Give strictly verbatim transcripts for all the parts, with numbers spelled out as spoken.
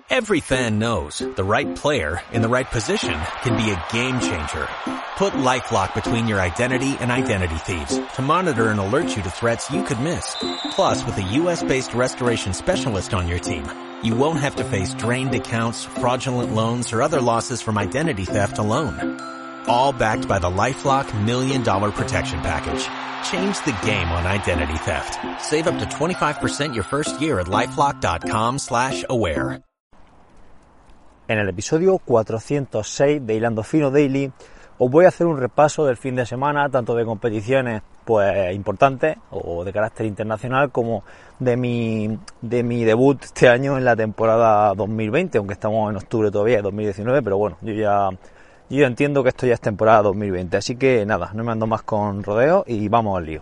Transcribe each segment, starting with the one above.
Every fan knows the right player in the right position can be a game changer. Put LifeLock between your identity and identity thieves to monitor and alert you to threats you could miss. Plus, with a U S based restoration specialist on your team, you won't have to face drained accounts, fraudulent loans, or other losses from identity theft alone. All backed by the LifeLock Million Dollar Protection Package. Change the game on identity theft. Save up to twenty-five percent your first year at LifeLock.com slash aware. En el episodio cuatrocientos seis de Hilando Fino Daily os voy a hacer un repaso del fin de semana, tanto de competiciones pues importantes o de carácter internacional como de mi, de mi debut este año en la temporada dos mil veinte, aunque estamos en octubre todavía de dos mil diecinueve, pero bueno, yo ya, yo ya entiendo que esto ya es temporada dos mil veinte, así que nada, no me ando más con rodeos y vamos al lío.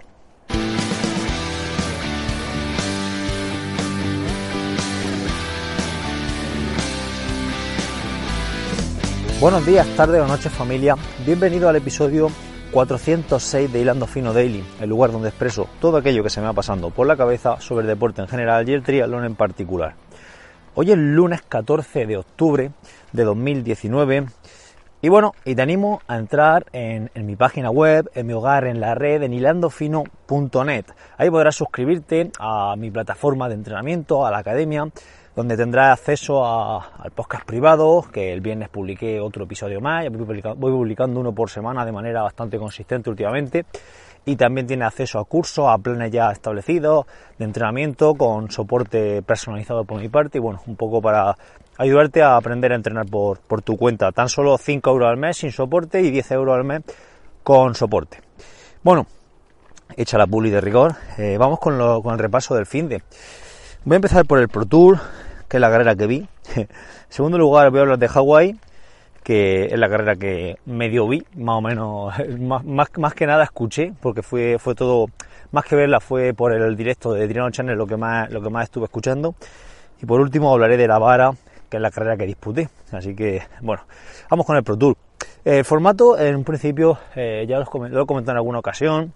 Buenos días, tardes o noches familia, bienvenido al episodio cuatrocientos seis de Hilando Fino Daily, el lugar donde expreso todo aquello que se me va pasando por la cabeza sobre el deporte en general y el triatlón en particular. Hoy es lunes catorce de octubre de dos mil diecinueve y bueno, y te animo a entrar en, en mi página web, en mi hogar, en la red, en hilando fino punto net. Ahí podrás suscribirte a mi plataforma de entrenamiento, a la academia, donde tendrás acceso a, al podcast privado, que el viernes publiqué otro episodio más, ya voy publicando, voy publicando uno por semana de manera bastante consistente últimamente, y también tienes acceso a cursos, a planes ya establecidos de entrenamiento con soporte personalizado por mi parte, y bueno, un poco para ayudarte a aprender a entrenar por, por tu cuenta, tan solo cinco euros al mes sin soporte y diez euros al mes con soporte. Bueno, hecha la publi de rigor, eh, vamos con, lo, con el repaso del finde. Voy a empezar por el Pro Tour, que es la carrera que vi. En segundo lugar voy a hablar de Hawái, que es la carrera que medio vi, más o menos, más, más, más que nada escuché, porque fue, fue todo, más que verla fue por el directo de Triathlon Channel lo que más, lo que más estuve escuchando. Y por último hablaré de la vara, que es la carrera que disputé. Así que, bueno, vamos con el Pro Tour. El formato, en un principio, eh, ya lo he comentado en alguna ocasión,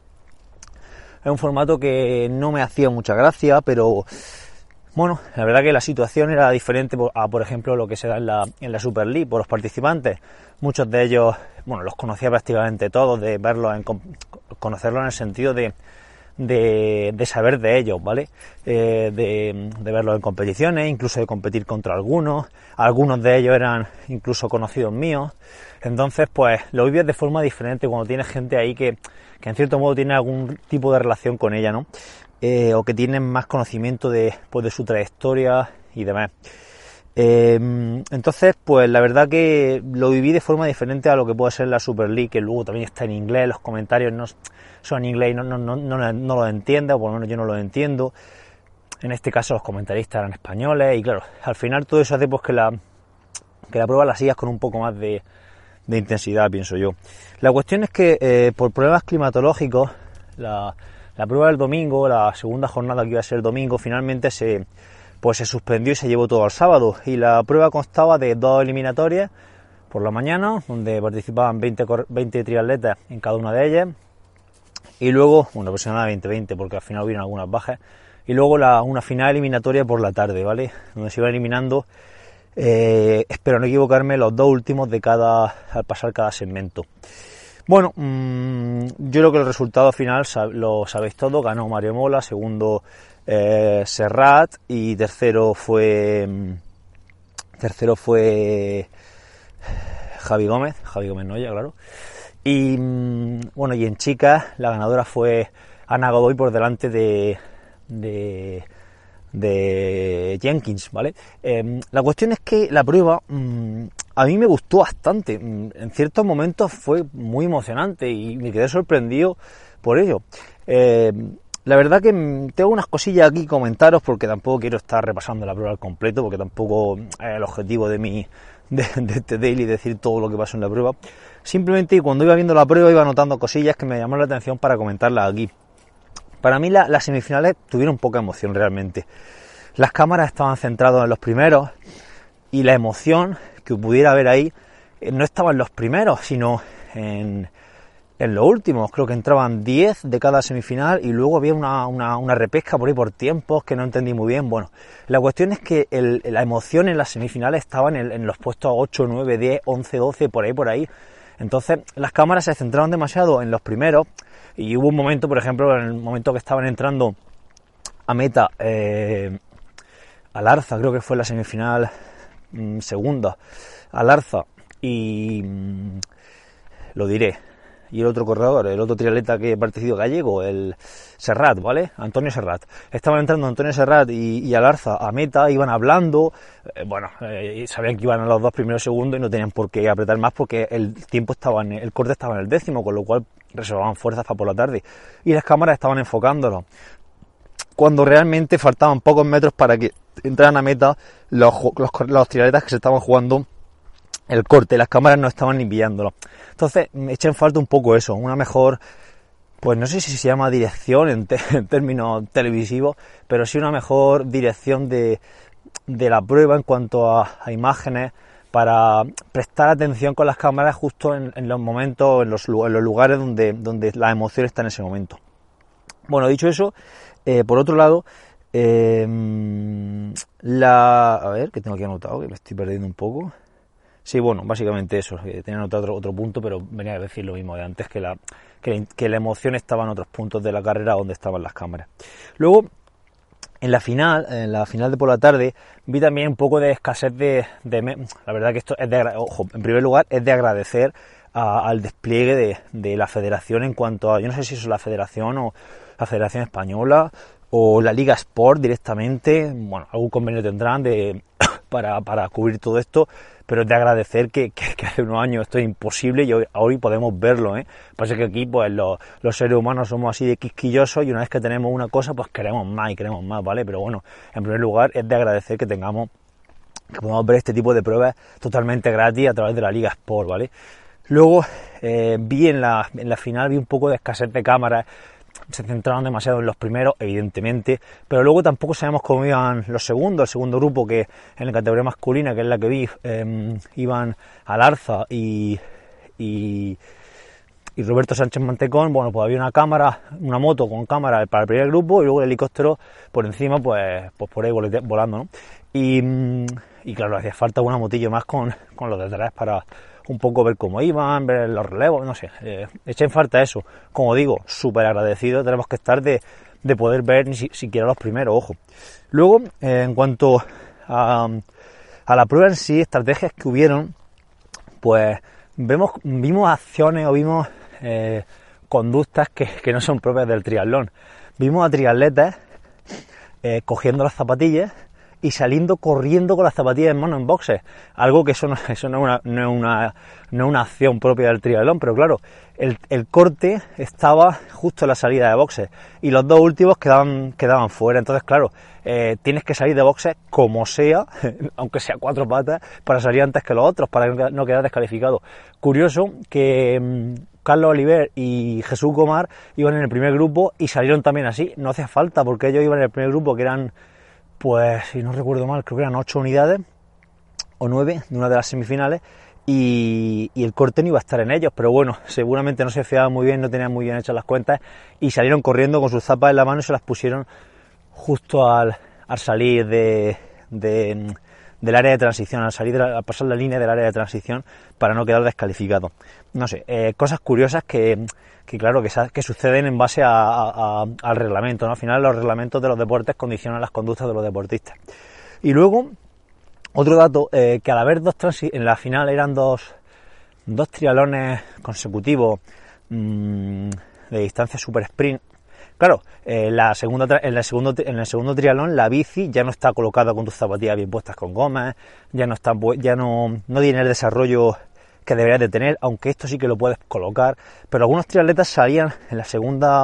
es un formato que no me hacía mucha gracia, pero bueno, la verdad que la situación era diferente a, por ejemplo, lo que se da en la, en la Super League por los participantes. Muchos de ellos, bueno, los conocía prácticamente todos, de verlos, en, conocerlos en el sentido de, de, de saber de ellos, ¿vale? Eh, de, de verlos en competiciones, incluso de competir contra algunos. Algunos de ellos eran incluso conocidos míos. Entonces, pues, lo vives de forma diferente cuando tienes gente ahí que, que en cierto modo tiene algún tipo de relación con ella, ¿no? Eh, o que tienen más conocimiento de, pues, de su trayectoria y demás. Eh, entonces, pues la verdad que lo viví de forma diferente a lo que puede ser la Super League, que luego también está en inglés, los comentarios no son en inglés y no, no, no, no, no los entiendo, o por lo menos yo no los entiendo. En este caso los comentaristas eran españoles y claro, al final todo eso hace pues que la, que la prueba la sigas con un poco más de, de intensidad, pienso yo. La cuestión es que eh, por problemas climatológicos, la La prueba del domingo, la segunda jornada que iba a ser el domingo, finalmente se, pues se suspendió y se llevó todo al sábado. Y la prueba constaba de dos eliminatorias por la mañana, donde participaban veinte, veinte triatletas en cada una de ellas. Y luego, bueno, aproximadamente veinte, porque al final hubieron algunas bajas. Y luego la, una final eliminatoria por la tarde, ¿vale? Donde se iban eliminando, eh, espero no equivocarme, los dos últimos de cada, al pasar cada segmento. Bueno, mmm, yo creo que el resultado final lo sabéis todo, ganó Mario Mola, segundo eh, Serrat y tercero fue tercero fue Javi Gómez, Javi Gómez Noya, claro. Y mmm, bueno, y en chicas la ganadora fue Ana Godoy por delante de de, de Jenkins, ¿vale? Eh, la cuestión es que la prueba mmm, a mí me gustó bastante, en ciertos momentos fue muy emocionante y me quedé sorprendido por ello. Eh, la verdad que tengo unas cosillas aquí que comentaros porque tampoco quiero estar repasando la prueba al completo, porque tampoco es el objetivo de mi de, de este daily decir todo lo que pasó en la prueba. Simplemente cuando iba viendo la prueba iba notando cosillas que me llamaron la atención para comentarlas aquí. Para mí la, las semifinales tuvieron poca emoción realmente. Las cámaras estaban centradas en los primeros y la emoción que pudiera haber ahí no estaba en los primeros, sino en, en los últimos, creo que entraban diez de cada semifinal y luego había una, una, una repesca por ahí por tiempos que no entendí muy bien. Bueno, la cuestión es que el, la emoción en las semifinales estaba en, el, en los puestos ocho, nueve, diez, once, doce, por ahí, por ahí. Entonces las cámaras se centraron demasiado en los primeros y hubo un momento, por ejemplo, en el momento que estaban entrando a meta eh, Alarza, creo que fue la semifinal mmm, segunda, Alarza y mmm, lo diré, y el otro corredor, el otro triatleta que participó gallego, el Serrat, ¿vale? Antonio Serrat. Estaban entrando Antonio Serrat y, y Alarza a meta, iban hablando, eh, bueno, eh, sabían que iban a los dos primeros segundos y no tenían por qué apretar más porque el tiempo estaba en, el corte estaba en el décimo, con lo cual reservaban fuerzas para por la tarde. Y las cámaras estaban enfocándolo. Cuando realmente faltaban pocos metros para que entraran a meta los, los, los triatletas que se estaban jugando el corte, las cámaras no estaban ni pillándolo. Entonces, me eché en falta un poco eso, una mejor, pues no sé si se llama dirección en, te, en términos televisivos, pero sí una mejor dirección de, de la prueba en cuanto a, a imágenes, para prestar atención con las cámaras justo en, en los momentos, en los, en los lugares donde, donde la emoción está en ese momento. Bueno, dicho eso, eh, por otro lado, eh, la... A ver, que tengo aquí anotado, que me estoy perdiendo un poco. Sí, bueno, básicamente eso, tenía anotado otro, otro punto, pero venía a decir lo mismo de antes, que la, que, que la emoción estaba en otros puntos de la carrera donde estaban las cámaras. Luego, en la final, en la final de por la tarde, vi también un poco de escasez de... de la verdad que esto es de... Ojo, en primer lugar, es de agradecer a, al despliegue de, de la federación en cuanto a... Yo no sé si eso es la federación o la Federación Española o la Liga Sport directamente, bueno, algún convenio tendrán de, para, para cubrir todo esto, pero es de agradecer que, que, que hace unos años esto es imposible y hoy, hoy podemos verlo, ¿eh? Pasa que aquí pues los, los seres humanos somos así de quisquillosos y una vez que tenemos una cosa pues queremos más y queremos más, ¿vale? Pero bueno, en primer lugar es de agradecer que tengamos, que podamos ver este tipo de pruebas totalmente gratis a través de la Liga Sport, ¿vale? Luego eh, vi en la, en la final, vi un poco de escasez de cámaras, se centraron demasiado en los primeros, evidentemente, pero luego tampoco sabemos cómo iban los segundos. El segundo grupo, que en la categoría masculina, que es la que vi, eh, iban Alarza y, y, y Roberto Sánchez Mantecón. Bueno, pues había una cámara, una moto con cámara para el primer grupo y luego el helicóptero por encima, pues, pues por ahí volando, ¿no? Y, y claro, hacía falta una motillo más con, con los detrás para un poco ver cómo iban, ver los relevos, no sé, eh, eché en falta eso. Como digo, súper agradecido, tenemos que estar de, de poder ver ni si, siquiera los primeros, ojo. Luego, eh, en cuanto a, a la prueba en sí, estrategias que hubieron, pues vemos, vimos acciones o vimos eh, conductas que, que no son propias del triatlón. Vimos a triatletas eh, cogiendo las zapatillas y saliendo corriendo con las zapatillas en mano en boxes, algo que eso no, eso no, es, una, no, es, una, no es una acción propia del triatlón, pero claro, el, el corte estaba justo en la salida de boxes y los dos últimos quedaban, quedaban fuera. Entonces claro, eh, tienes que salir de boxes como sea, aunque sea cuatro patas, para salir antes que los otros, para no quedar descalificado. Curioso que mmm, Carlos Oliver y Jesús Gomar iban en el primer grupo y salieron también así, no hacía falta porque ellos iban en el primer grupo, que eran, pues si no recuerdo mal, creo que eran ocho unidades o nueve de una de las semifinales y, y el corte no iba a estar en ellos, pero bueno, seguramente no se fiaban muy bien, no tenían muy bien hechas las cuentas y salieron corriendo con sus zapas en la mano y se las pusieron justo al, al salir de, de, del área de transición, al salir de la, al pasar la línea del área de transición para no quedar descalificado. No sé, eh, cosas curiosas que, que claro, que, que suceden en base a, a, a, al reglamento, ¿no? Al final los reglamentos de los deportes condicionan las conductas de los deportistas. Y luego, otro dato, eh, que al haber dos transi en la final eran dos, dos triatlones consecutivos mmm, de distancia super sprint. Claro, eh, la segunda, en, el segundo, en el segundo triatlón la bici ya no está colocada con tus zapatillas bien puestas con gomas, ya no está, ya no, no tiene el desarrollo que deberías de tener, aunque esto sí que lo puedes colocar, pero algunos triatletas salían en la segunda,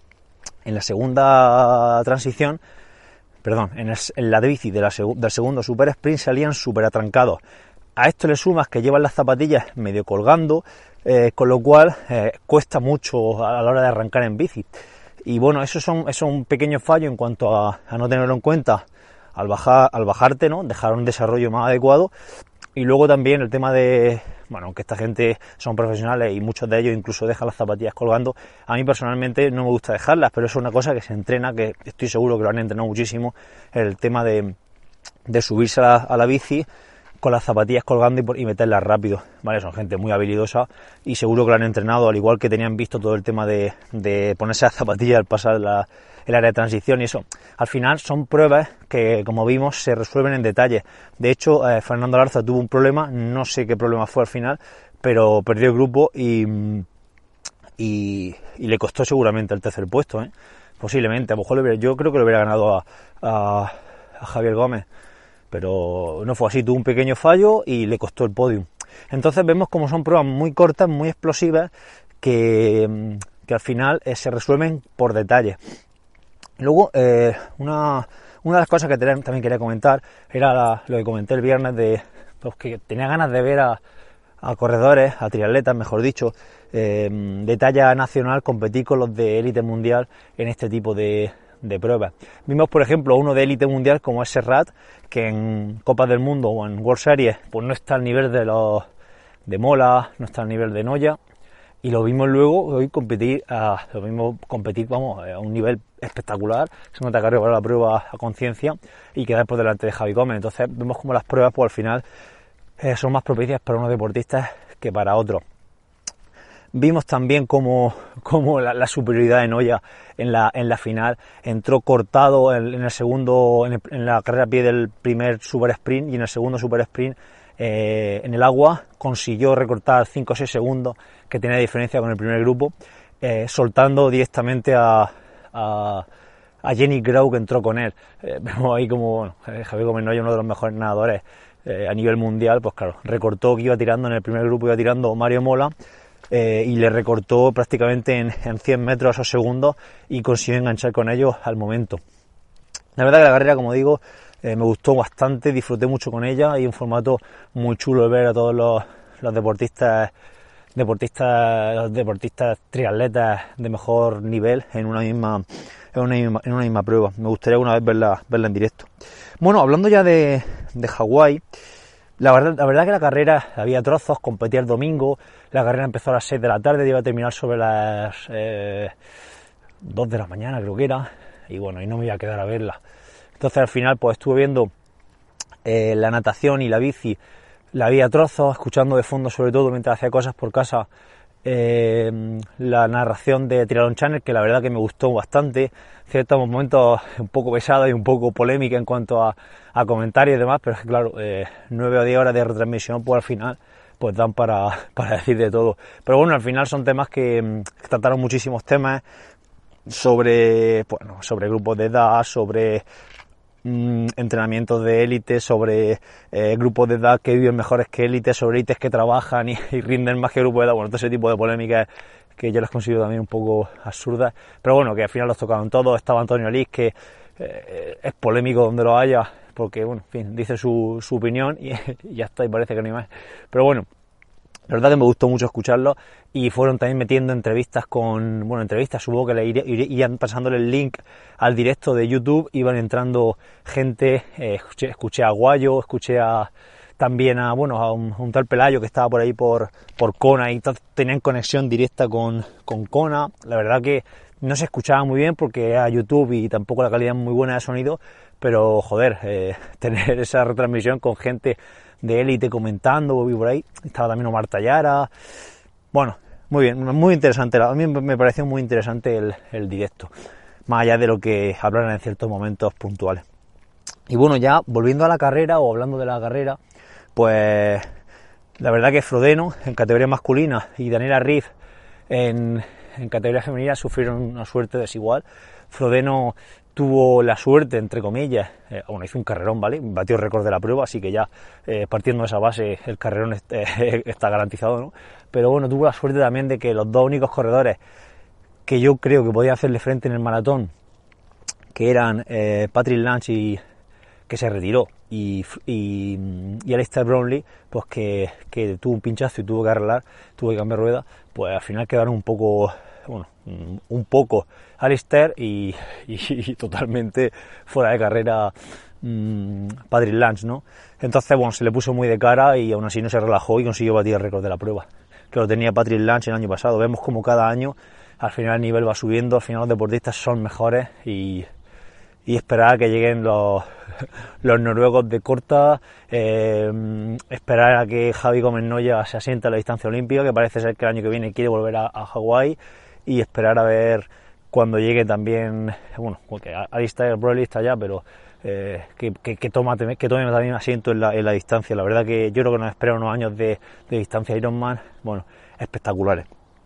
en la segunda transición, perdón, en, el, en la de bici de la, del segundo super sprint salían súper atrancados. A esto le sumas que llevan las zapatillas medio colgando, eh, con lo cual eh, cuesta mucho a la hora de arrancar en bici. Y bueno, eso es un, eso es un pequeño fallo en cuanto a, a no tenerlo en cuenta al, bajar, al bajarte, ¿no? Dejar un desarrollo más adecuado. Y luego también el tema de, bueno, aunque esta gente son profesionales y muchos de ellos incluso dejan las zapatillas colgando, a mí personalmente no me gusta dejarlas, pero es una cosa que se entrena, que estoy seguro que lo han entrenado muchísimo, el tema de, de subirse a la, a la bici con las zapatillas colgando y, por, y meterlas rápido, ¿vale? Son gente muy habilidosa y seguro que lo han entrenado, al igual que tenían visto todo el tema de, de ponerse las zapatillas al pasar la, el área de transición y eso. Al final son pruebas que, como vimos, se resuelven en detalle. De hecho, eh, Fernando Larza tuvo un problema, no sé qué problema fue al final, pero perdió el grupo y, y, y le costó seguramente el tercer puesto, ¿eh? Posiblemente, a lo mejor le hubiera, yo creo que le hubiera ganado a, a, a Javier Gómez, pero no fue así, tuvo un pequeño fallo y le costó el podium. Entonces vemos como son pruebas muy cortas, muy explosivas, que, que al final eh, se resuelven por detalle. Luego, eh, una, una de las cosas que también quería comentar era la, lo que comenté el viernes, de pues, que tenía ganas de ver a, a corredores, a triatletas, mejor dicho, eh, de talla nacional competir con los de élite mundial en este tipo de, de pruebas. Vimos, por ejemplo, uno de élite mundial como es Serrat, que en Copas del Mundo o en World Series pues no está al nivel de los de Mola, no está al nivel de Noya, y lo vimos luego hoy competir a, lo vimos competir vamos, a un nivel espectacular, se nota que arriba la prueba a conciencia y quedar por delante de Javi Gómez. Entonces vemos como las pruebas pues al final eh, son más propicias para unos deportistas que para otros. Vimos también como, como la, la superioridad de Noya en la, en la final, entró cortado en, en el segundo, en, el, en la carrera a pie del primer super sprint y en el segundo super sprint eh, en el agua consiguió recortar cinco o seis segundos, que tenía diferencia con el primer grupo, eh, soltando directamente a, a, a Jenny Grau, que entró con él. Eh, vemos ahí como, bueno, Javier Gómez Noya, uno de los mejores nadadores eh, a nivel mundial, pues claro, recortó que iba tirando en el primer grupo, iba tirando Mario Mola, Eh, y le recortó prácticamente en, en cien metros a esos segundos y consiguió enganchar con ellos al momento. La verdad que la carrera, como digo, eh, me gustó bastante, disfruté mucho con ella y un formato muy chulo de ver a todos los, los deportistas, deportistas, los deportistas triatletas de mejor nivel en una misma, en una misma, en una misma prueba. Me gustaría alguna vez verla, verla en directo. Bueno, hablando ya de, de Hawái, La verdad, la verdad que la carrera había trozos, competía el domingo, la carrera empezó a las seis de la tarde, iba a terminar sobre las eh, dos de la mañana creo que era, y bueno, y no me iba a quedar a verla. Entonces al final pues estuve viendo eh, la natación y la bici, la vi a trozos, escuchando de fondo sobre todo mientras hacía cosas por casa, eh, la narración de Triathlon Channel, que la verdad que me gustó bastante, ciertos momentos un poco pesada y un poco polémica en cuanto a, a comentarios y demás, pero es que claro, eh, nueve o diez horas de retransmisión pues al final pues dan para, para decir de todo. Pero bueno, al final son temas que, que trataron muchísimos temas sobre, bueno, sobre grupos de edad, sobre mmm, entrenamientos de élite, sobre eh, grupos de edad que viven mejores que élite, sobre élites que trabajan y, y rinden más que grupos de edad. Bueno, todo ese tipo de polémicas que yo las considero también un poco absurdas, pero bueno, que al final los tocaron todos. Estaba Antonio Liz, que eh, es polémico donde lo haya, porque bueno, en fin, dice su, su opinión y, y ya está, y parece que no hay más. Pero bueno, la verdad que me gustó mucho escucharlo, y fueron también metiendo entrevistas con, bueno, entrevistas, supongo que le iré, iré, iban pasándole el link al directo de YouTube, iban entrando gente, eh, escuché, escuché a Guayo, escuché a también a, bueno, a un, un tal Pelayo que estaba por ahí por, por Kona, y tenían conexión directa con, con Kona. La verdad que no se escuchaba muy bien porque era YouTube y tampoco la calidad muy buena de sonido, pero joder, eh, tener esa retransmisión con gente de élite comentando, vi por ahí, estaba también Omar Tallara, bueno, muy bien, muy interesante, a mí me pareció muy interesante el, el directo, más allá de lo que hablaran en ciertos momentos puntuales. Y bueno, ya volviendo a la carrera, o hablando de la carrera, pues la verdad que Frodeno en categoría masculina y Daniela Riff en, en categoría femenina sufrieron una suerte desigual. Frodeno tuvo la suerte, entre comillas, eh, bueno, hizo un carrerón, ¿vale? Batió el récord de la prueba, así que ya eh, partiendo de esa base el carrerón est eh, está garantizado, ¿no? Pero bueno, tuvo la suerte también de que los dos únicos corredores que yo creo que podían hacerle frente en el maratón, que eran eh, Patrick Lange, y que se retiró, y, y, y Alistair Brownlee, pues que, que tuvo un pinchazo y tuvo que arreglar, tuvo que cambiar rueda, pues al final quedaron un poco, bueno, un poco Alistair y, y, y totalmente fuera de carrera mmm, Patrick Lance, ¿no? Entonces, bueno, se le puso muy de cara y aún así no se relajó y consiguió batir el récord de la prueba, que lo tenía Patrick Lance el año pasado. Vemos como cada año al final el nivel va subiendo, al final los deportistas son mejores y, y esperar a que lleguen los, los noruegos de corta, eh, esperar a que Javi Gómez Noya se asiente a la distancia olímpica, que parece ser que el año que viene quiere volver a, a Hawái, y esperar a ver cuando llegue también, bueno, porque Alistair Brownlee está allá, pero eh, que, que, que, toma, que tome también asiento en la, en la distancia. La verdad que yo creo que nos esperan unos años de, de distancia Ironman, bueno, espectaculares.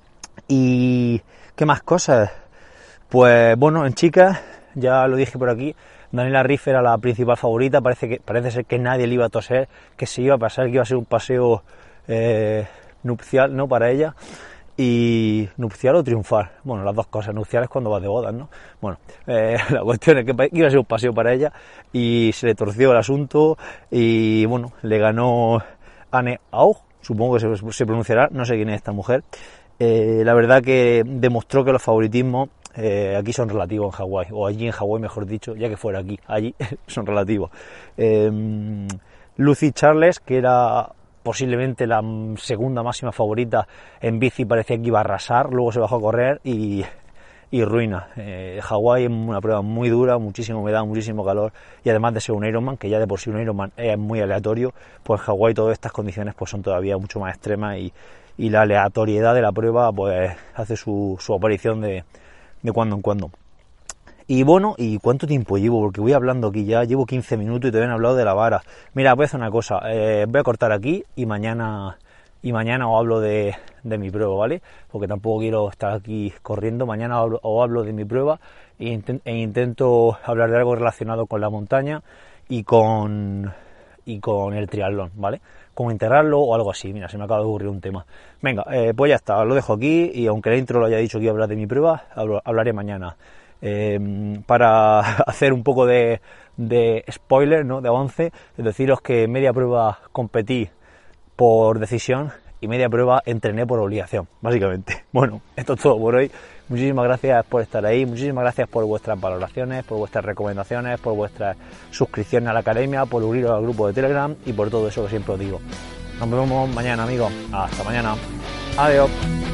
Y ¿qué más cosas? Pues bueno, en chicas, ya lo dije por aquí, Daniela Ryf era la principal favorita, parece que parece ser que nadie le iba a toser, que se iba a pasar, que iba a ser un paseo eh, nupcial, ¿no?, para ella. Y nupcial o triunfal, bueno, las dos cosas. Nupcial es cuando vas de bodas, ¿no? Bueno, eh, la cuestión es que iba a ser un paseo para ella y se le torció el asunto y bueno, le ganó Anne Haug, supongo que se, se pronunciará, no sé quién es esta mujer. Eh, la verdad que demostró que los favoritismos eh, aquí son relativos en Hawái, o allí en Hawái mejor dicho, ya que fuera aquí, allí son relativos. Eh, Lucy Charles, que era posiblemente la segunda máxima favorita en bici, parecía que iba a arrasar, luego se bajó a correr y, y ruina. Eh, Hawái es una prueba muy dura, muchísima humedad, muchísimo calor, y además de ser un Ironman, que ya de por sí un Ironman es muy aleatorio, pues Hawái todas estas condiciones pues son todavía mucho más extremas y, y la aleatoriedad de la prueba pues hace su, su aparición de, de cuando en cuando. Y bueno, ¿y cuánto tiempo llevo? Porque voy hablando aquí ya, llevo quince minutos y todavía no he hablado de la vara. Mira, voy a hacer una cosa, eh, voy a cortar aquí y mañana y mañana os hablo de, de mi prueba, ¿vale? Porque tampoco quiero estar aquí corriendo. Mañana os hablo, os hablo de mi prueba e, intent, e intento hablar de algo relacionado con la montaña y con, y con el triatlón, ¿vale? Como integrarlo o algo así. Mira, se me acaba de ocurrir un tema. Venga, eh, pues ya está, lo dejo aquí y aunque la intro lo haya dicho que iba a hablar de mi prueba, hablo, hablaré mañana. Eh, para hacer un poco de, de spoiler, ¿no?, de avance, deciros que media prueba competí por decisión y media prueba entrené por obligación, básicamente. Bueno, esto es todo por hoy. Muchísimas gracias por estar ahí, muchísimas gracias por vuestras valoraciones, por vuestras recomendaciones, por vuestras suscripciones a la academia, por uniros al grupo de Telegram y por todo eso que siempre os digo. Nos vemos mañana, amigos. Hasta mañana. Adiós.